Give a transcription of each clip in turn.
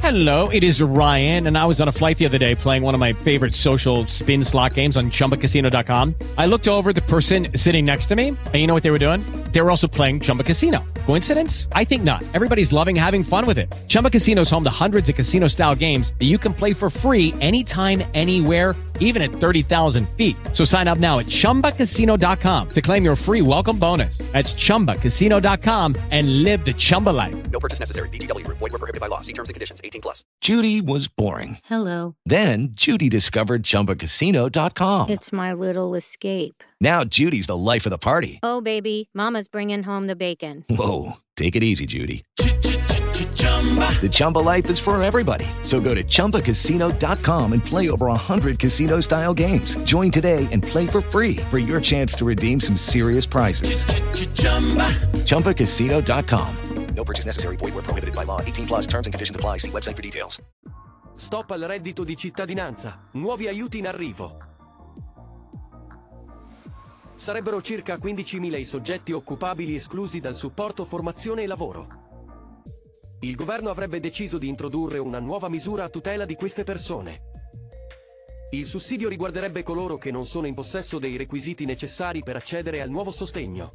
Hello, it is Ryan, and I was on a flight the other day playing one of my favorite social spin slot games on ChumbaCasino.com. I looked over at the person sitting next to me, and you know what they were doing? They were also playing Chumba Casino. Coincidence? I think not. Everybody's loving having fun with it. Chumba Casino is home to hundreds of casino-style games that you can play for free anytime, anywhere, even at 30,000 feet. So sign up now at ChumbaCasino.com to claim your free welcome bonus. That's ChumbaCasino.com and live the Chumba life. No purchase necessary. VGW. Void were prohibited by law. See terms and conditions. 18+. Judy was boring. Hello. Then Judy discovered ChumbaCasino.com. It's my little escape. Now Judy's the life of the party. Oh, baby, mama's bringing home the bacon. Whoa, take it easy, Judy. The Chumba life is for everybody. So go to ChumbaCasino.com and play over 100 casino-style games. Join today and play for free for your chance to redeem some serious prizes. ChumbaCasino.com. No purchase necessary. Void were prohibited by law. 18+. Terms and conditions apply. See website for details. Stop al reddito di cittadinanza. Nuovi aiuti in arrivo. Sarebbero circa 15.000 i soggetti occupabili esclusi dal supporto formazione e lavoro. Il governo avrebbe deciso di introdurre una nuova misura a tutela di queste persone. Il sussidio riguarderebbe coloro che non sono in possesso dei requisiti necessari per accedere al nuovo sostegno.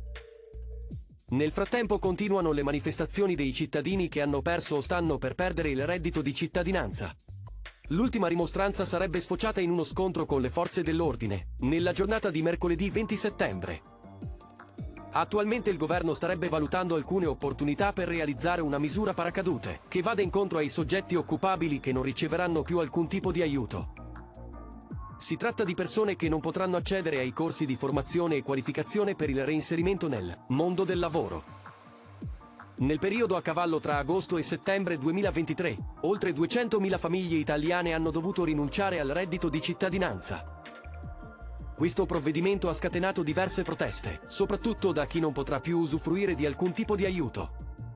Nel frattempo continuano le manifestazioni dei cittadini che hanno perso o stanno per perdere il reddito di cittadinanza. L'ultima rimostranza sarebbe sfociata in uno scontro con le forze dell'ordine, nella giornata di mercoledì 20 settembre. Attualmente il governo starebbe valutando alcune opportunità per realizzare una misura paracadute, che vada incontro ai soggetti occupabili che non riceveranno più alcun tipo di aiuto. Si tratta di persone che non potranno accedere ai corsi di formazione e qualificazione per il reinserimento nel mondo del lavoro. Nel periodo a cavallo tra agosto e settembre 2023, oltre 200.000 famiglie italiane hanno dovuto rinunciare al reddito di cittadinanza. Questo provvedimento ha scatenato diverse proteste, soprattutto da chi non potrà più usufruire di alcun tipo di aiuto.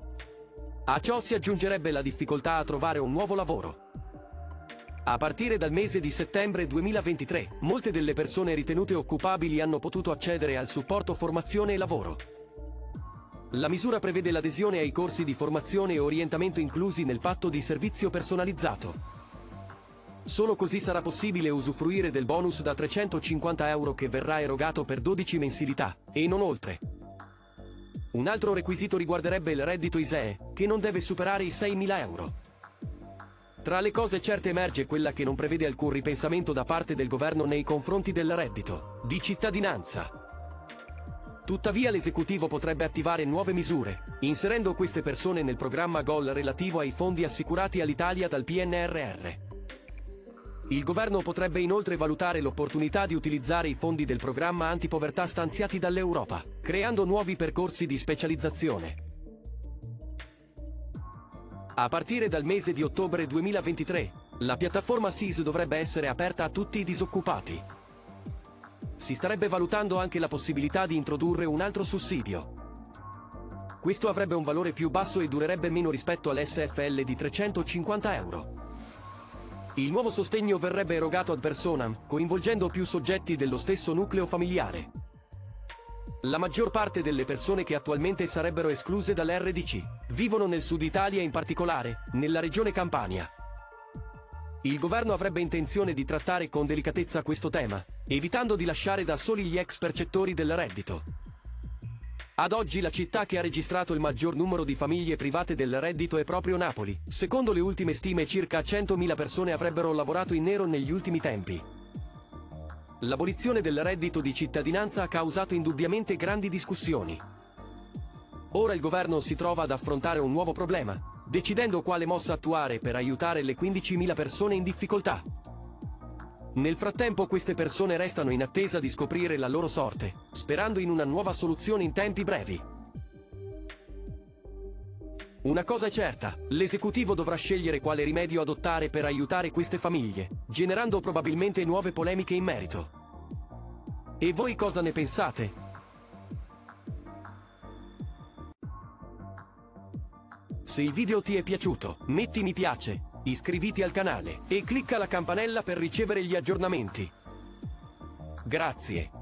A ciò si aggiungerebbe la difficoltà a trovare un nuovo lavoro. A partire dal mese di settembre 2023, molte delle persone ritenute occupabili hanno potuto accedere al supporto formazione e lavoro. La misura prevede l'adesione ai corsi di formazione e orientamento inclusi nel patto di servizio personalizzato. Solo così sarà possibile usufruire del bonus da 350 euro che verrà erogato per 12 mensilità, e non oltre. Un altro requisito riguarderebbe il reddito ISEE, che non deve superare i 6.000 euro. Tra le cose certe emerge quella che non prevede alcun ripensamento da parte del governo nei confronti del reddito di cittadinanza. Tuttavia l'esecutivo potrebbe attivare nuove misure, inserendo queste persone nel programma GOL relativo ai fondi assicurati all'Italia dal PNRR. Il governo potrebbe inoltre valutare l'opportunità di utilizzare i fondi del programma antipovertà stanziati dall'Europa, creando nuovi percorsi di specializzazione. A partire dal mese di ottobre 2023, la piattaforma SIS dovrebbe essere aperta a tutti i disoccupati. Si starebbe valutando anche la possibilità di introdurre un altro sussidio. Questo avrebbe un valore più basso e durerebbe meno rispetto all'SFL di 350 euro. Il nuovo sostegno verrebbe erogato ad personam, coinvolgendo più soggetti dello stesso nucleo familiare. La maggior parte delle persone che attualmente sarebbero escluse dall'RDC vivono nel sud Italia, in particolare nella regione Campania. Il governo avrebbe intenzione di trattare con delicatezza questo tema, evitando di lasciare da soli gli ex percettori del reddito. Ad oggi la città che ha registrato il maggior numero di famiglie private del reddito è proprio Napoli. Secondo le ultime stime circa 100.000 persone avrebbero lavorato in nero negli ultimi tempi. L'abolizione del reddito di cittadinanza ha causato indubbiamente grandi discussioni. Ora il governo si trova ad affrontare un nuovo problema, decidendo quale mossa attuare per aiutare le 15.000 persone in difficoltà. Nel frattempo queste persone restano in attesa di scoprire la loro sorte, sperando in una nuova soluzione in tempi brevi. Una cosa è certa, l'esecutivo dovrà scegliere quale rimedio adottare per aiutare queste famiglie, generando probabilmente nuove polemiche in merito. E voi cosa ne pensate? Se il video ti è piaciuto, metti mi piace, iscriviti al canale e clicca la campanella per ricevere gli aggiornamenti. Grazie.